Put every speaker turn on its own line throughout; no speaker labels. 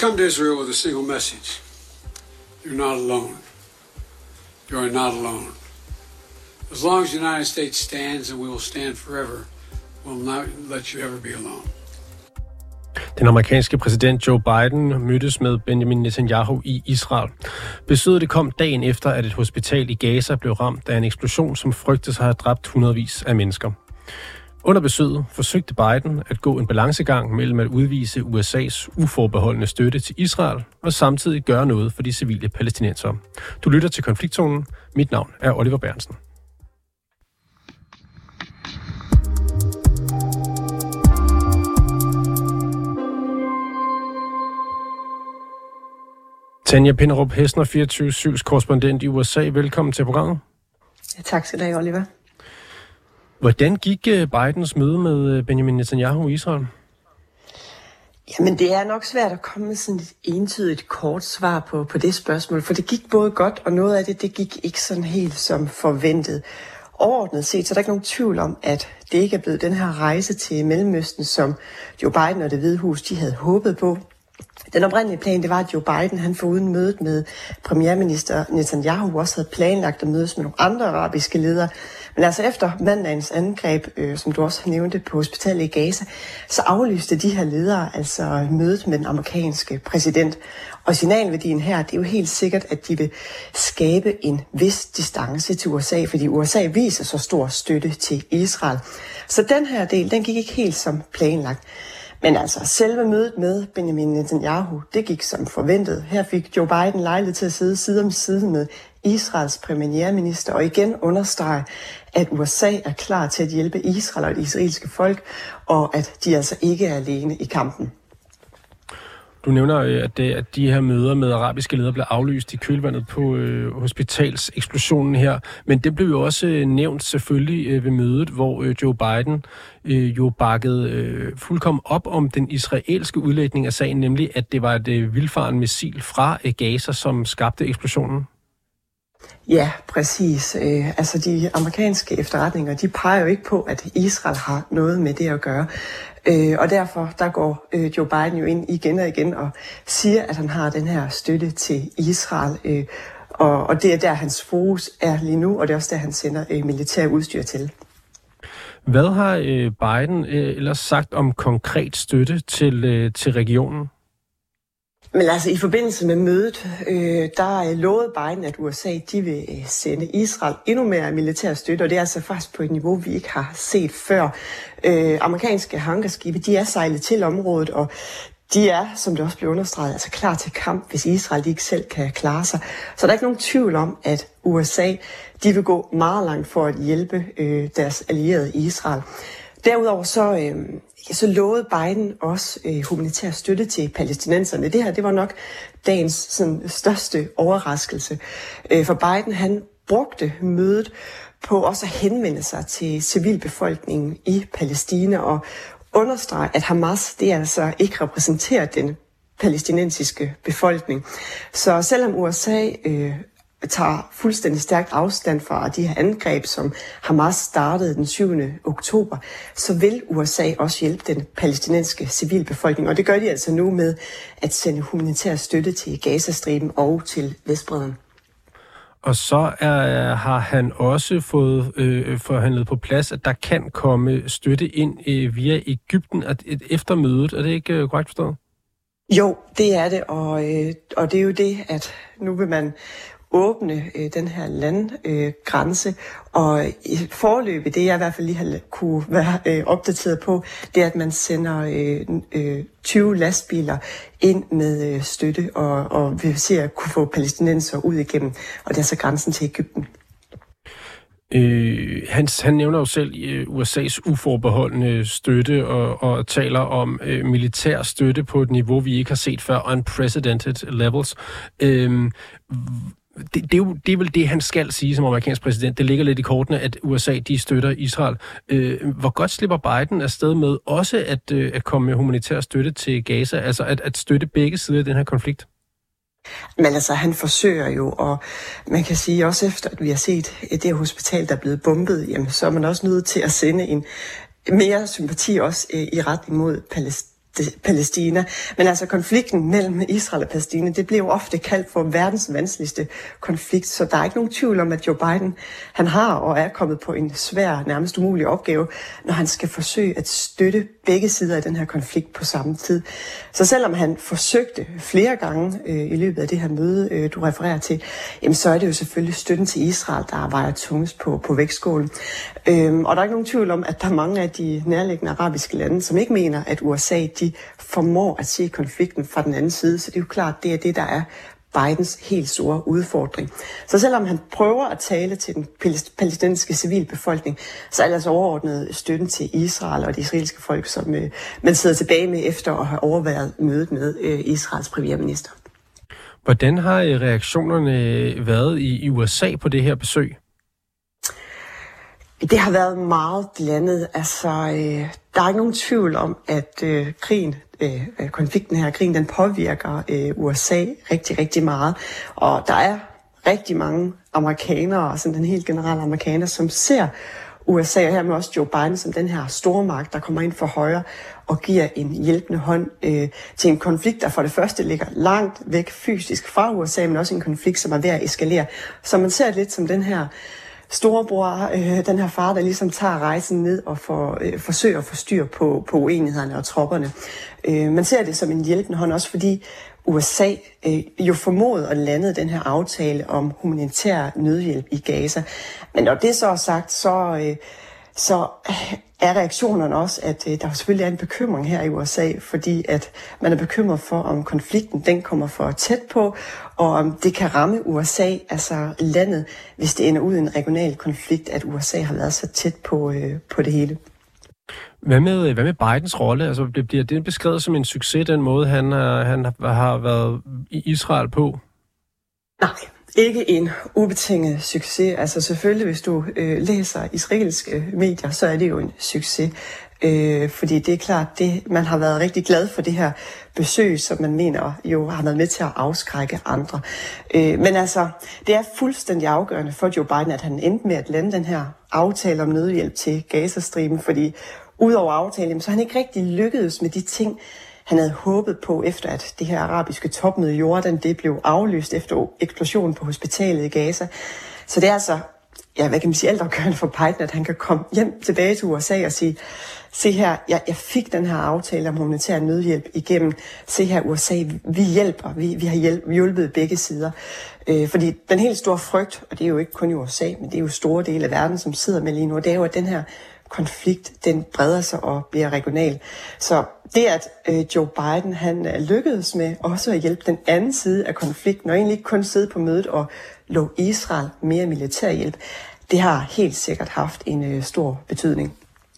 come to Israel with a single message. You're not alone. You are not alone. As long as the United States stands, and we will stand forever, we'll not let you ever be alone.
Den amerikanske præsident Joe Biden mødtes med Benjamin Netanyahu i Israel. Besøget det kom dagen efter, at et hospital i Gaza blev ramt af en eksplosion, som frygtes at have dræbt hundredvis af mennesker. Under besøget forsøgte Biden at gå en balancegang mellem at udvise USA's uforbeholdne støtte til Israel og samtidig gøre noget for de civile palæstinensere. Du lytter til Konfliktzonen. Mit navn er Oliver Bernsen. Tanja Pinderup Hessner, 24/7's korrespondent i USA. Velkommen til programmet.
Ja, tak skal du have, Oliver.
Hvordan gik Bidens møde med Benjamin Netanyahu i Israel?
Jamen, det er nok svært at komme med sådan et entydigt kort svar på det spørgsmål, for det gik både godt, og noget af det gik ikke sådan helt som forventet. Overordnet set, så er der ikke nogen tvivl om, at det ikke er blevet den her rejse til Mellemøsten, som Joe Biden og Det Hvide Hus, de havde håbet på. Den oprindelige plan, det var, at Joe Biden, han foruden mødet med premierminister Netanyahu, også havde planlagt at mødes med nogle andre arabiske ledere. Men altså efter mandagens angreb, som du også nævnte på hospitalet i Gaza, så aflyste de her ledere altså mødet med den amerikanske præsident. Og signalværdien her, det er jo helt sikkert, at de vil skabe en vis distance til USA, fordi USA viser så stor støtte til Israel. Så den her del, den gik ikke helt som planlagt. Men altså, selve mødet med Benjamin Netanyahu, det gik som forventet. Her fik Joe Biden lejlighed til at sidde side om side med Israels premierminister og igen understrege, at USA er klar til at hjælpe Israel og det israelske folk, og at de altså ikke er alene i kampen.
Du nævner, at de her møder med arabiske ledere blev aflyst i kølvandet på hospitalseksplosionen her. Men det blev jo også nævnt selvfølgelig ved mødet, hvor Joe Biden jo bakkede fuldkommen op om den israelske udlægning af sagen, nemlig at det var et vildfarende missil fra Gaza, som skabte eksplosionen.
Ja, præcis. Altså de amerikanske efterretninger, de peger jo ikke på, at Israel har noget med det at gøre. Og derfor der går Joe Biden jo ind igen og igen og siger, at han har den her støtte til Israel. Og det er der, hans fokus er lige nu, og det er også der, han sender militær udstyr til.
Hvad har Biden ellers sagt om konkret støtte til regionen?
Men altså i forbindelse med mødet, der lovede Biden, at USA de vil sende Israel endnu mere militær støtte, og det er altså faktisk på et niveau, vi ikke har set før. Amerikanske hangarskibe, de er sejlet til området, og de er, som det også blev understreget, altså klar til kamp, hvis Israel ikke selv kan klare sig. Så der er ikke nogen tvivl om, at USA de vil gå meget langt for at hjælpe deres allierede i Israel. Derudover så lovede Biden også humanitær støtte til palæstinenserne. Det her, det var nok dagens sådan, største overraskelse. For Biden, han brugte mødet på også at henvende sig til civilbefolkningen i Palæstina og understrege, at Hamas, det altså ikke repræsenterer den palæstinensiske befolkning. Så selvom USA tager fuldstændig stærkt afstand fra de her angreb, som Hamas startede den 7. oktober, så vil USA også hjælpe den palæstinensiske civilbefolkning. Og det gør de altså nu med at sende humanitær støtte til Gazastriben og til Vestbredden.
Og så har han også fået forhandlet på plads, at der kan komme støtte ind via Egypten efter mødet. Er det ikke korrekt forstået?
Jo, det er det, og det er jo det, at nu vil man åbne den her landgrænse, og i forløbet, det jeg i hvert fald lige kunne være opdateret på, det er, at man sender 20 lastbiler ind med støtte, og vi ser at kunne få palæstinenser ud igennem, og det er så grænsen til Egypten.
Han nævner jo selv USA's uforbeholdende støtte og taler om militær støtte på et niveau, vi ikke har set før, unprecedented levels. Det er vel det, han skal sige som amerikansk præsident. Det ligger lidt i kortene, at USA de støtter Israel. Hvor godt slipper Biden afsted med også at komme med humanitær støtte til Gaza, altså at støtte begge sider af den her konflikt?
Men altså, han forsøger jo, og man kan sige også efter, at vi har set det hospital, der er blevet bombet, jamen, så er man også nødt til at sende en mere sympati også i retning mod Palæstina. Men altså konflikten mellem Israel og Palæstina, det blev ofte kaldt for verdens vanskeligste konflikt, så der er ikke nogen tvivl om, at Joe Biden, han har og er kommet på en svær, nærmest umulig opgave, når han skal forsøge at støtte begge sider af den her konflikt på samme tid. Så selvom han forsøgte flere gange i løbet af det her møde, du refererer til, jamen, så er det jo selvfølgelig støtten til Israel, der vejer tungest på vægtskålen. Og der er ikke nogen tvivl om, at der er mange af de nærliggende arabiske lande, som ikke mener, at USA de formår at se konflikten fra den anden side. Så det er jo klart, det er det, der er Bidens helt store udfordring. Så selvom han prøver at tale til den palæstinensiske civilbefolkning, så er det altså overordnet støtten til Israel og det israelske folk, som man sidder tilbage med efter at have overværet mødet med Israels premierminister.
Hvordan har reaktionerne været i USA på det her besøg?
Det har været meget blandet. Altså, der er ikke nogen tvivl om, at konflikten her, krigen, den påvirker USA rigtig, rigtig meget. Og der er rigtig mange amerikanere, sådan den helt generelle amerikaner, som ser USA, og hermed også Joe Biden, som den her stormagt, der kommer ind for højre og giver en hjælpende hånd til en konflikt, der for det første ligger langt væk fysisk fra USA, men også en konflikt, som er ved at eskalere. Så man ser det lidt som den her storebror, den her far, der ligesom tager rejsen ned og forsøger at få styr på uenighederne og tropperne. Man ser det som en hjælpende hånd, også fordi USA jo formåede at lande den her aftale om humanitær nødhjælp i Gaza. Men når det så er sagt, så er reaktionerne også, at der selvfølgelig er en bekymring her i USA, fordi at man er bekymret for, om konflikten den kommer for tæt på, og om det kan ramme USA, altså landet, hvis det ender ud i en regional konflikt, at USA har været så tæt på det hele.
Hvad med Bidens rolle? Altså, bliver det beskrevet som en succes, den måde, han har været i Israel på?
Nej, ikke en ubetinget succes. Altså selvfølgelig, hvis du læser israelske medier, så er det jo en succes. Fordi det er klart, man har været rigtig glad for det her besøg, som man mener jo har været med til at afskrække andre. Men altså, det er fuldstændig afgørende for Joe Biden, at han endte med at lande den her aftale om nødhjælp til Gazastriben, fordi udover aftalen, så har han ikke rigtig lykkedes med de ting, han havde håbet på, efter at det her arabiske topmøde i Jordan, det blev aflyst efter eksplosionen på hospitalet i Gaza. Så det er altså, hvad kan man sige, altafgørende for Biden, at han kan komme hjem tilbage til USA og sige, se her, jeg fik den her aftale om humanitær nødhjælp igennem. Se her, USA, vi hjælper, vi har hjulpet begge sider. Fordi den helt store frygt, og det er jo ikke kun i USA, men det er jo store dele af verden, som sidder med lige nu, det er jo, at den her konflikt, den breder sig og bliver regional. Så det, at Joe Biden, han lykkedes med også at hjælpe den anden side af konflikten, og egentlig ikke kun sidde på mødet og love Israel mere militærhjælp, det har helt sikkert haft en stor betydning.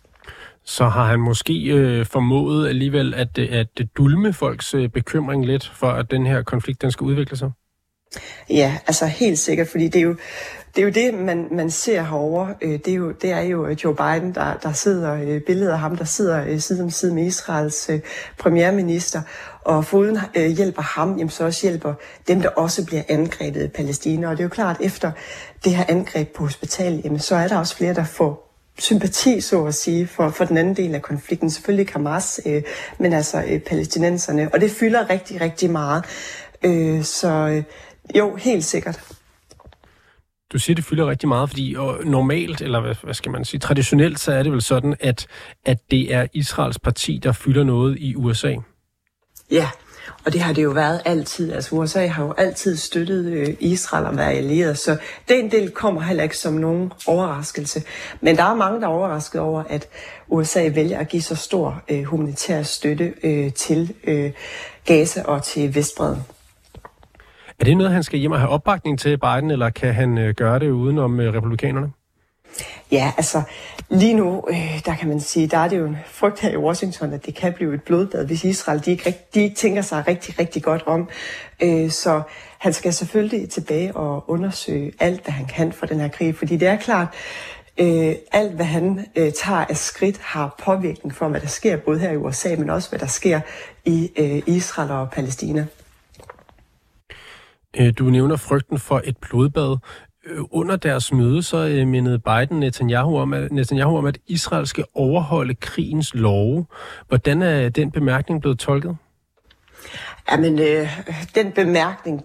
Så har han måske formået alligevel at dulme folks bekymring lidt for, at den her konflikt, den skal udvikle sig?
Ja, altså helt sikkert, fordi det er jo det, man ser herovre. Det er jo Joe Biden, der sidder billeder af ham, der sidder side om side med Israels premierminister, og foruden hjælper ham, jamen så også hjælper dem, der også bliver angrebet i Palæstina. Og det er jo klart, efter det her angreb på hospitalet, jamen så er der også flere, der får sympati, så at sige, for den anden del af konflikten. Selvfølgelig Hamas, men altså palæstinenserne. Og det fylder rigtig, rigtig meget. Jo, helt sikkert.
Du siger, det fylder rigtig meget, fordi normalt, eller hvad skal man sige, traditionelt, så er det vel sådan, at det er Israels parti, der fylder noget i USA.
Ja, og det har det jo været altid. Altså USA har jo altid støttet Israel og været allieret, så den del kommer heller ikke som nogen overraskelse. Men der er mange, der er overrasket over, at USA vælger at give så stor humanitær støtte til Gaza og til Vestbredden.
Er det noget, han skal hjem og have opbakning til Biden, eller kan han gøre det udenom republikanerne?
Ja, altså lige nu, der kan man sige, der er det jo en frygt her i Washington, at det kan blive et blodbad, hvis Israel de ikke tænker sig rigtig, rigtig godt om. Så han skal selvfølgelig tilbage og undersøge alt, hvad han kan for den her krig, fordi det er klart, alt, hvad han tager af skridt, har påvirkning for, hvad der sker både her i USA, men også hvad der sker i Israel og Palæstina.
Du nævner frygten for et blodbad. Under deres møde, så mindede Biden Netanyahu om, at Israel skal overholde krigens love. Hvordan er den bemærkning blevet tolket?
Jamen, den bemærkning,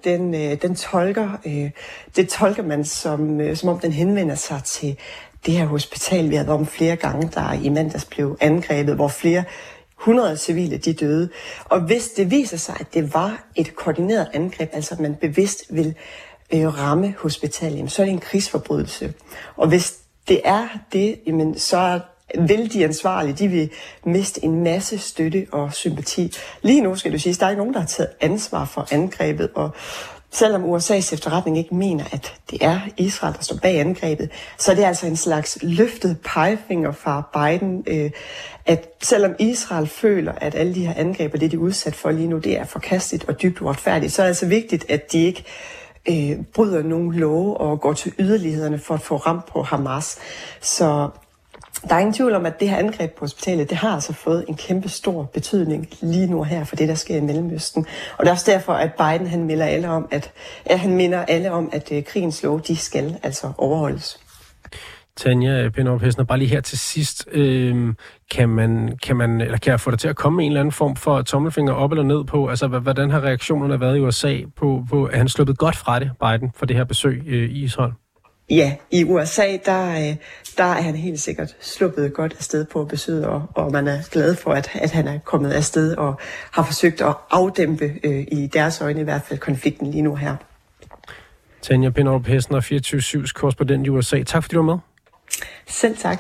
det tolker man som om den henvender sig til det her hospital, vi har været om flere gange, der i mandags blev angrebet, hvor flere 100 civile de døde. Og hvis det viser sig, at det var et koordineret angreb, altså at man bevidst vil ramme hospitalet, så er det en krigsforbrydelse. Og hvis det er det, jamen, så vil de ansvarlige, de vil miste en masse støtte og sympati. Lige nu skal du sige, at der er ikke nogen, der har taget ansvar for angrebet, og selvom USA's efterretning ikke mener, at det er Israel, der står bag angrebet, så er det altså en slags løftet pegefinger fra Biden, at selvom Israel føler, at alle de her angreb og det, de er udsat for lige nu, det er forkasteligt og dybt uretfærdigt, så er det altså vigtigt, at de ikke bryder nogen love og går til yderlighederne for at få ramt på Hamas. Så der er ingen tvivl om, at det her angreb på hospitalet, det har altså fået en kæmpe stor betydning lige nu her for det, der sker i Mellemøsten. Og det er også derfor, at Biden han minder alle om, at krigens lov, de skal altså overholdes.
Tanja Pinderup Hessner, bare lige her til sidst. Kan jeg få dig til at komme med en eller anden form for tommelfinger op eller ned på, altså hvordan har reaktionerne været i USA på at han sluppet godt fra det, Biden, for det her besøg i Israel?
Ja, i USA, der er han helt sikkert sluppet godt afsted på besøget, og man er glad for, at han er kommet afsted og har forsøgt at afdæmpe, i deres øjne i hvert fald, konflikten lige nu her.
Tanja Pinderup Hessner, 24/7's korrespondent i USA. Tak fordi du var med.
Selv tak.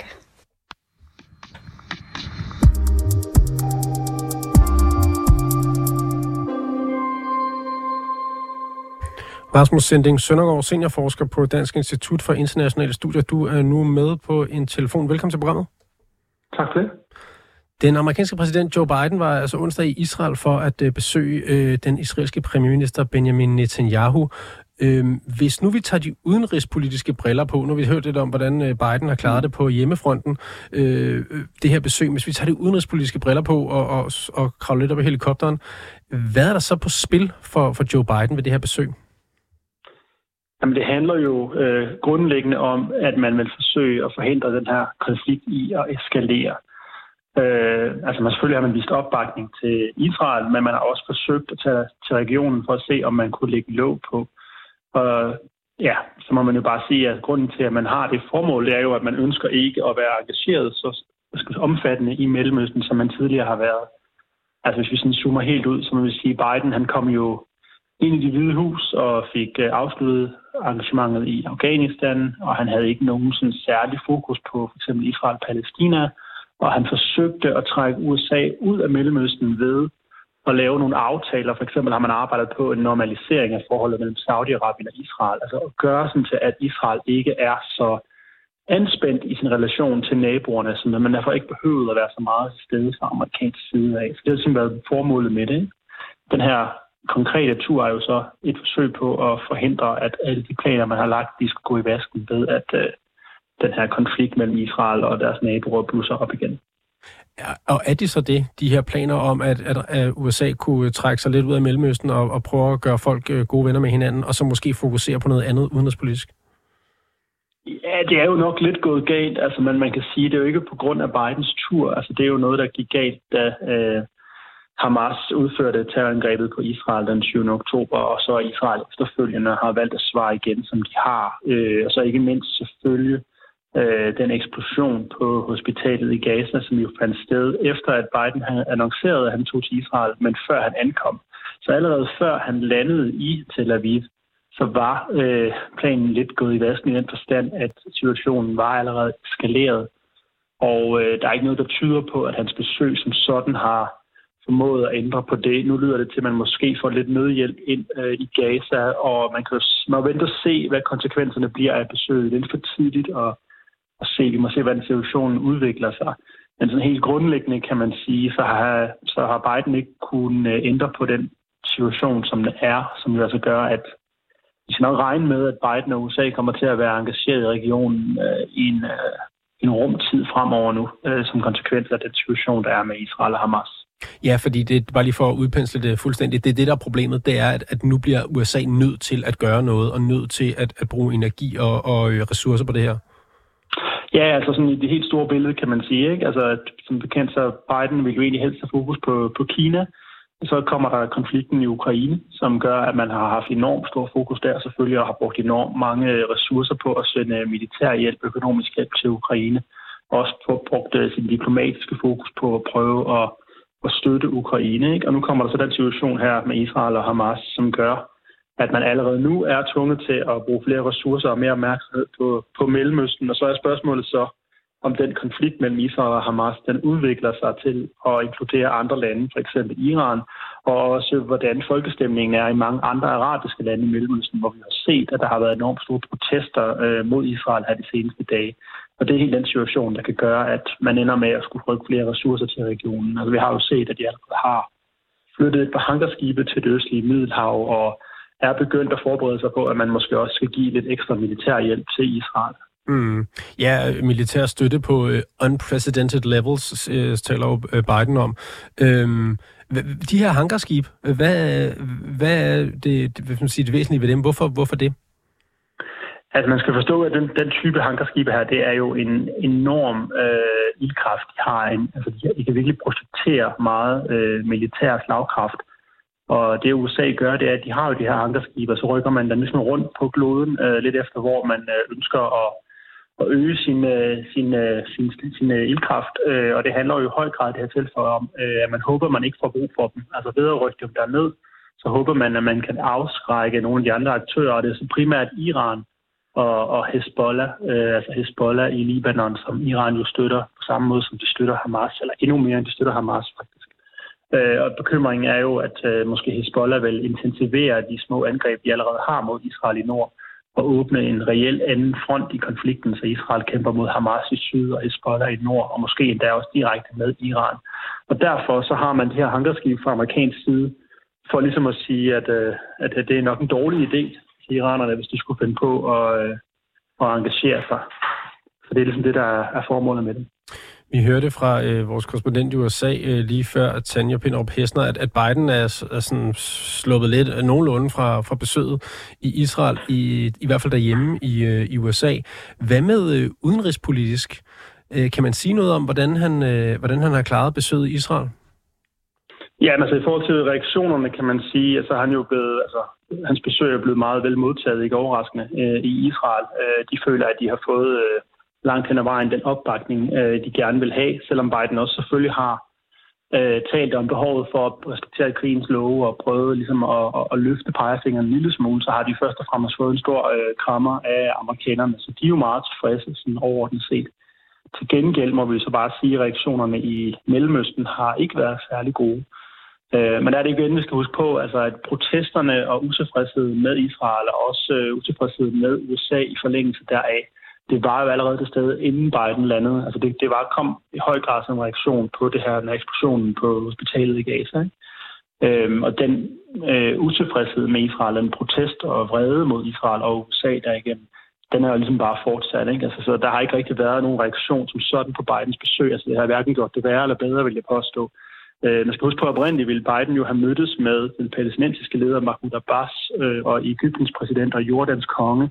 Rasmus Sinding Søndergaard, seniorforsker på Dansk Institut for Internationale Studier. Du er nu med på en telefon. Velkommen til programmet. Tak for det. Den amerikanske præsident Joe Biden var altså onsdag i Israel for at besøge den israelske premierminister Benjamin Netanyahu. Hvis nu vi tager de udenrigspolitiske briller på, nu har vi hørt lidt om, hvordan Biden har klaret det på hjemmefronten, det her besøg, hvis vi tager de udenrigspolitiske briller på og kravler lidt op i helikopteren, hvad er der så på spil for Joe Biden ved det her besøg?
Jamen, det handler jo grundlæggende om, at man vil forsøge at forhindre den her konflikt i at eskalere. Selvfølgelig har man vist opbakning til Israel, men man har også forsøgt at tage til regionen for at se, om man kunne lægge låg på. Og ja, så må man jo bare sige, at grunden til, at man har det formål, det er jo, at man ønsker ikke at være engageret så omfattende i Mellemøsten, som man tidligere har været. Altså hvis vi sådan zoomer helt ud, så må vi sige, at Biden han kom jo ind i Det Hvide Hus og fik afsluttet engagementet i Afghanistan, og han havde ikke nogen sådan særlig fokus på f.eks. Israel-Palæstina, og han forsøgte at trække USA ud af Mellemøsten ved at lave nogle aftaler. For eksempel har man arbejdet på en normalisering af forholdet mellem Saudi-Arabien og Israel, altså at gøre sådan til, at Israel ikke er så anspændt i sin relation til naboerne, så man derfor ikke behøvede at være så meget til stede fra amerikansk side af. Så det har simpelthen været formålet med det. Den her konkrete tur er jo så et forsøg på at forhindre, at alle de planer, man har lagt, de skal gå i vasken ved, at den her konflikt mellem Israel og deres naboer blusser op igen.
Ja, og er det så det, de her planer om, at USA kunne trække sig lidt ud af Mellemøsten og prøve at gøre folk gode venner med hinanden, og så måske fokusere på noget andet udenrigspolitisk?
Ja, det er jo nok lidt gået galt. Altså, man kan sige, det er jo ikke på grund af Bidens tur. Altså, det er jo noget, der gik galt, da Hamas udførte terrorangrebet på Israel den 20. oktober, og så Israel efterfølgende har valgt at svare igen, som de har. Og så ikke mindst selvfølgelig den eksplosion på hospitalet i Gaza, som jo fandt sted efter, at Biden havde annonceret, at han tog til Israel, men før han ankom. Så allerede før han landede i Tel Aviv, så var planen lidt gået i vasken i den forstand, at situationen var allerede eskaleret. Og der er ikke noget, der tyder på, at hans besøg som sådan har formået at ændre på det. Nu lyder det til, at man måske får lidt nødhjælp ind i Gaza, og man kan jo vente og se, hvad konsekvenserne bliver af besøget. Det er for tidligt at se. Vi må se, hvordan situationen udvikler sig. Men sådan helt grundlæggende kan man sige, så har Biden ikke kunnet ændre på den situation, som det er, som jo altså gør, at vi skal nok regne med, at Biden og USA kommer til at være engageret i regionen i en rumtid fremover nu, som konsekvens af den situation, der er med Israel og Hamas.
Ja, fordi det er bare lige for at udpensle det fuldstændigt. Det er det, der er problemet. Det er, at nu bliver USA nødt til at gøre noget, og nødt til at bruge energi og ressourcer på det her.
Ja, altså sådan i det helt store billede, kan man sige, ikke? Altså, som bekendt, så Biden vil jo egentlig helst have fokus på Kina. Så kommer der konflikten i Ukraine, som gør, at man har haft enormt stor fokus der selvfølgelig, og har brugt enormt mange ressourcer på at sende militær hjælp, økonomisk hjælp til Ukraine. Også brugt sin diplomatiske fokus på at prøve at støtte Ukraine, ikke? Og nu kommer der så den situation her med Israel og Hamas, som gør, at man allerede nu er tvunget til at bruge flere ressourcer og mere opmærksomhed på Mellemøsten. Og så er spørgsmålet så, om den konflikt mellem Israel og Hamas, den udvikler sig til at inkludere andre lande, for eksempel Iran, og også hvordan folkestemningen er i mange andre arabiske lande i Mellemøsten, hvor vi har set, at der har været enormt store protester mod Israel her de seneste dage. Og det er helt den situation, der kan gøre, at man ender med at skulle rykke flere ressourcer til regionen. Altså vi har jo set, at de allerede har flyttet et par hangarskibe til det østlige Middelhav, og er begyndt at forberede sig på, at man måske også skal give lidt ekstra militær hjælp til Israel.
Ja, militær støtte på unprecedented levels, taler jo Biden om. De her hangarskib, hvad er det væsentlige ved dem? Hvorfor det?
Altså man skal forstå, at den type hangarskibe her, det er jo en enorm ildkraft, de har. De kan virkelig projektere meget militær slagkraft. Og det USA gør, det er, at de har jo de her hangarskibe, og så rykker man dem ligesom rundt på kloden, lidt efter hvor man ønsker at øge sin ildkraft. Og det handler jo i høj grad det her tilfælde om, at man håber, man ikke får brug for dem. Altså ved at rykke dem derned, så håber man, at man kan afskrække nogle af de andre aktører, og det er så primært Iran og Hezbollah, altså Hezbollah i Libanon, som Iran jo støtter på samme måde, som de støtter Hamas, eller endnu mere, end de støtter Hamas faktisk. Og bekymringen er jo, at måske Hezbollah vil intensivere de små angreb, de allerede har mod Israel i nord, og åbne en reel anden front i konflikten, så Israel kæmper mod Hamas i syd og Hezbollah i nord, og måske endda også direkte med Iran. Og derfor så har man det her hangarskib fra amerikansk side, for ligesom at sige, at det er nok en dårlig idé til iranerne, hvis de skulle finde på at engagere sig. Så det er ligesom det, der er formålet med det.
Vi hørte fra vores korrespondent i USA lige før, Tanja Pinderup Hessner, at Biden er sådan sluppet lidt nogenlunde fra besøget i Israel, i hvert fald derhjemme i USA. Hvad med udenrigspolitisk? Kan man sige noget om, hvordan han har klaret besøget i Israel?
Ja, men altså i forhold til reaktionerne kan man sige, at så han jo blevet, hans besøg er blevet meget vel modtaget, ikke overraskende, i Israel. De føler, at de har fået langt hen ad vejen den opbakning, de gerne vil have, selvom Biden også selvfølgelig har talt om behovet for at respektere krigens love og prøve ligesom at løfte pegefingeren en lille smule, så har de først og fremmest fået en stor krammer af amerikanerne, så de er jo meget tilfredse sådan overordnet set. Til gengæld må vi så bare sige, at reaktionerne i Mellemøsten har ikke været særlig gode. Men der er det igen, vi skal huske på, altså at protesterne og utilfredshed med Israel og også utilfredshed med USA i forlængelse deraf, det var jo allerede det sted, inden Biden landede. Altså det kom i høj grad som en reaktion på det her, den eksplosionen på hospitalet i Gaza. Ikke? Og den utilfredshed med Israel, den protest og vrede mod Israel og USA derigennem, den er jo ligesom bare fortsat. Ikke? Altså, så der har ikke rigtig været nogen reaktion som sådan på Bidens besøg. Altså det har hverken gjort det værre eller bedre, vil jeg påstå. Man skal huske på, at oprindeligt ville Biden jo have mødtes med den palæstinensiske leder Mahmoud Abbas og Egyptens præsident og Jordans konge.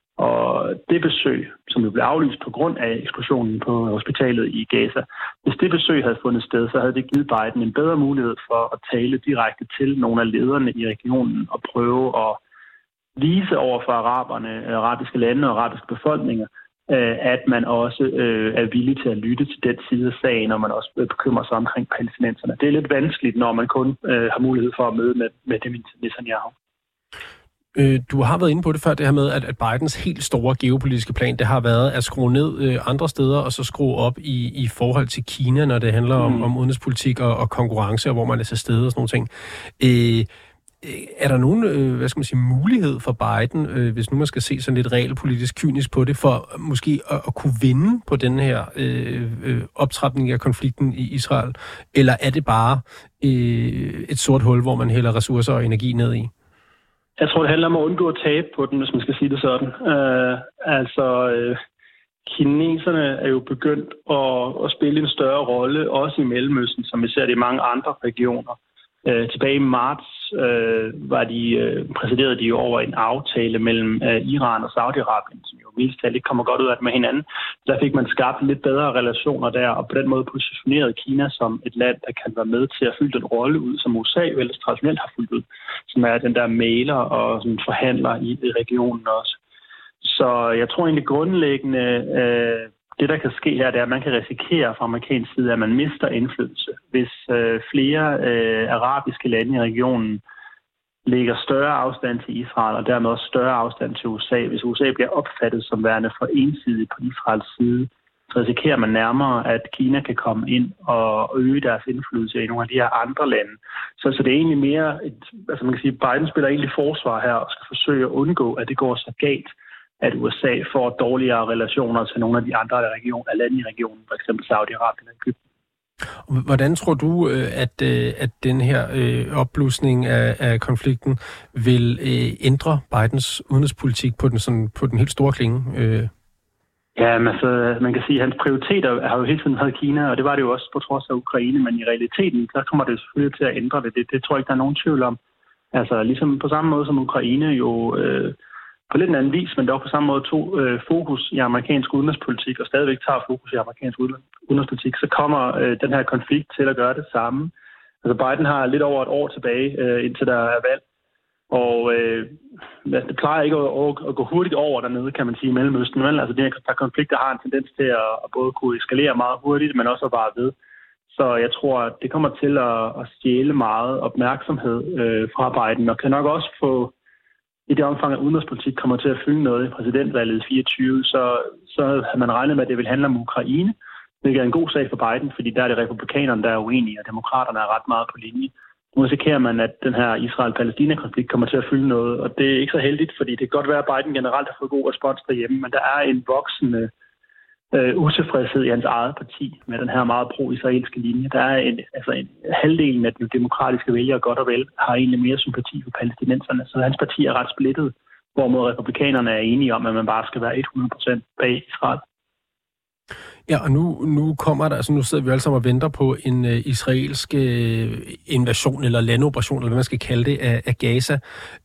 Og det besøg, som jo blev aflyst på grund af eksplosionen på hospitalet i Gaza, hvis det besøg havde fundet sted, så havde det givet Biden en bedre mulighed for at tale direkte til nogle af lederne i regionen og prøve at vise over for arabiske lande og arabiske befolkninger, at man også er villig til at lytte til den side af sagen, når man også bekymrer sig omkring palæstinenserne. Det er lidt vanskeligt, når man kun har mulighed for at møde med Netanyahu.
Du har været inde på det før, det her med, at Bidens helt store geopolitiske plan, det har været at skrue ned andre steder, og så skrue op i forhold til Kina, når det handler om udenrigspolitik og konkurrence, og hvor man er til stede og sådan nogle ting. Er der nogen, mulighed for Biden, hvis nu man skal se sådan lidt realpolitisk kynisk på det, for måske at kunne vinde på den her optrapning af konflikten i Israel? Eller er det bare et sort hul, hvor man hælder ressourcer og energi ned i?
Jeg tror, det handler om at undgå at tabe på den, hvis man skal sige det sådan. kineserne er jo begyndt at spille en større rolle, også i Mellemøsten, som vi ser det i mange andre regioner. Tilbage i marts præsiderede de jo over en aftale mellem Iran og Saudi-Arabien, som jo mildest talt ikke kommer godt ud af det med hinanden. Der fik man skabt lidt bedre relationer der, og på den måde positioneret Kina som et land, der kan være med til at fylde den rolle ud, som USA jo ellers traditionelt har fyldt ud, som er den der mægler og sådan forhandler i regionen også. Så jeg tror egentlig grundlæggende, det der kan ske her, det er, at man kan risikere fra amerikansk side, at man mister indflydelse. Hvis flere arabiske lande i regionen lægger større afstand til Israel, og dermed også større afstand til USA. Hvis USA bliver opfattet som værende for ensidigt på Israels side, så risikerer man nærmere, at Kina kan komme ind og øge deres indflydelse i nogle af de her andre lande. Så det er egentlig mere, man kan sige, Biden spiller egentlig forsvar her og skal forsøge at undgå, at det går så galt, at USA får dårligere relationer til nogle af de andre lande i regionen, f.eks. Saudi-Arabien og Egypten.
Hvordan tror du, at den her opblusning af konflikten vil ændre Bidens udenrigspolitik på den helt store klinge?
Ja, men altså, man kan sige, at hans prioriteter har jo hele tiden været Kina, og det var det jo også på trods af Ukraine, men i realiteten, så kommer det selvfølgelig til at ændre det. Det tror jeg ikke, der er nogen tvivl om. Altså, ligesom på samme måde som Ukraine jo på lidt en anden vis, men dog på samme måde tog fokus i amerikansk udenrigspolitik, og stadigvæk tager fokus i amerikansk udenrigspolitik, så kommer den her konflikt til at gøre det samme. Altså Biden har lidt over et år tilbage, indtil der er valg, og det plejer ikke at gå hurtigt over dernede, kan man sige, i Mellemøsten. Men altså de her konflikter har en tendens til at både kunne eskalere meget hurtigt, men også at vare ved. Så jeg tror, at det kommer til at stjæle meget opmærksomhed fra Biden, og kan nok også få i det omfang, at udenrigspolitik kommer til at fylde noget i præsidentvalget i 24, så har man regnet med, at det vil handle om Ukraine, hvilket er en god sag for Biden, fordi der er det republikanerne, der er uenige, og demokraterne er ret meget på linje. Nu risikerer man, at den her Israel-Palæstina-konflikt kommer til at fylde noget, og det er ikke så heldigt, fordi det kan godt være, at Biden generelt har fået god respons derhjemme, men der er en voksende utilfredshed i hans eget parti med den her meget pro-israelske linje. Der er en halvdelen af de demokratiske vælgere godt og vel har egentlig mere sympati for palæstinenserne, så hans parti er ret splittet, hvorimod republikanerne er enige om, at man bare skal være 100% bag Israel.
Ja, og nu kommer der, altså nu sidder vi alle sammen og venter på en israelsk invasion eller landoperation, eller hvad man skal kalde det, af Gaza.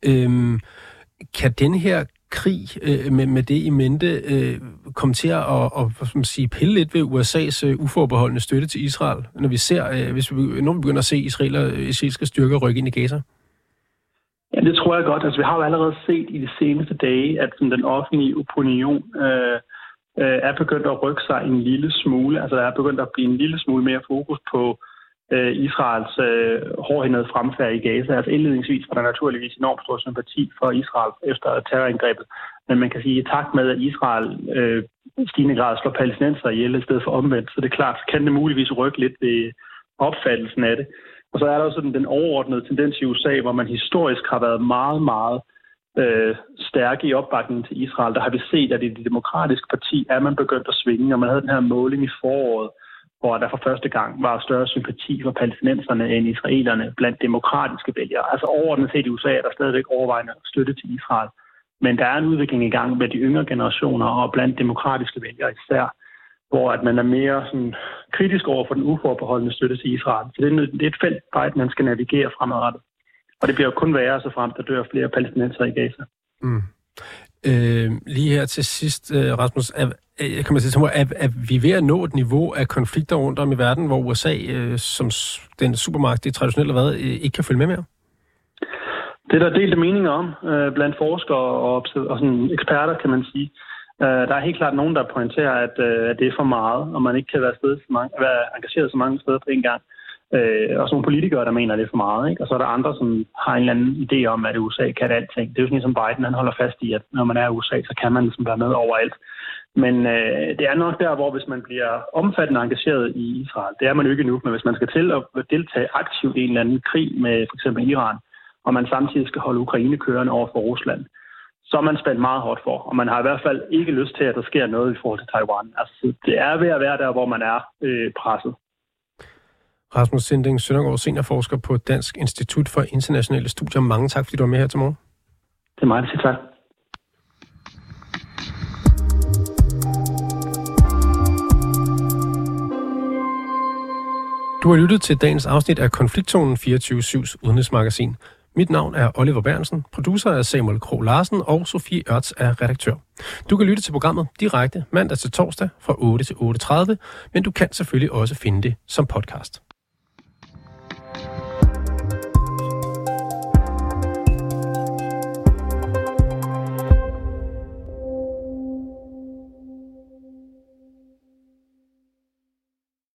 Kan den her krig med det i mente komme til at pille lidt ved USA's uforbeholdne støtte til Israel, når vi begynder at se israelske styrker rykke ind i Gaza?
Ja, det tror jeg godt. Altså, vi har jo allerede set i de seneste dage, at den offentlige opinion er begyndt at rykke sig en lille smule. Altså, der er begyndt at blive en lille smule mere fokus på Israels hårdhændede fremfærd i Gaza. Altså indledningsvis var der naturligvis enormt stor sympati for Israel efter terrorangrebet. Men man kan sige, at i takt med, at Israel i stigende grad slår palæstinensere ihjel i stedet for omvendt, så det er klart, kan det muligvis rykke lidt ved opfattelsen af det. Og så er der også den overordnede tendens i USA, hvor man historisk har været meget, meget stærke i opbakningen til Israel. Der har vi set, at i det demokratiske parti er man begyndt at svinge, og man havde den her måling i foråret, hvor der for første gang var større sympati for palæstinenserne end israelerne blandt demokratiske vælgere. Altså overordnet set i USA er der stadigvæk overvejende støtte til Israel. Men der er en udvikling i gang med de yngre generationer og blandt demokratiske vælgere især, hvor at man er mere sådan, kritisk over for den uforbeholdende støtte til Israel. Så det er et felt, Biden han skal navigere fremadrettet. Og det bliver jo kun værre, så frem der dør flere palæstinenser i Gaza.
Mm. Lige her til sidst, Rasmus, er vi ved at nå et niveau af konflikter rundt om i verden, hvor USA, som den supermagt, det traditionelt har været, ikke kan følge med mere?
Det er der delte meninger om blandt forskere og sådan eksperter, kan man sige. Der er helt klart nogen, der pointerer, at det er for meget, og man ikke kan være engageret så mange steder på en gang. Også nogle politikere, der mener, at det er for meget. Ikke? Og så er der andre, som har en eller anden idé om, at USA kan alting. Det er jo sådan, som Biden han holder fast i, at når man er i USA, så kan man ligesom være med overalt. Men det er nok der, hvor hvis man bliver omfattende engageret i Israel, det er man jo ikke endnu, men hvis man skal til at deltage aktivt i en eller anden krig med for eksempel Iran, og man samtidig skal holde Ukraine kørende over for Rusland, så er man spændt meget hårdt for. Og man har i hvert fald ikke lyst til, at der sker noget i forhold til Taiwan. Altså, det er ved at være der, hvor man er presset.
Rasmus Sinding Søndergaard, seniorforsker på Dansk Institut for Internationale Studier. Mange tak, fordi du var med her til morgen.
Det er mig, der siger tak.
Du har lyttet til dagens afsnit af Konfliktzonen 24/7's udenrigsmagasin. Mit navn er Oliver Bernsen, producer er Samuel Krog Larsen og Sofie Ørts er redaktør. Du kan lytte til programmet direkte mandag til torsdag fra 8 til 8:30, men du kan selvfølgelig også finde det som podcast.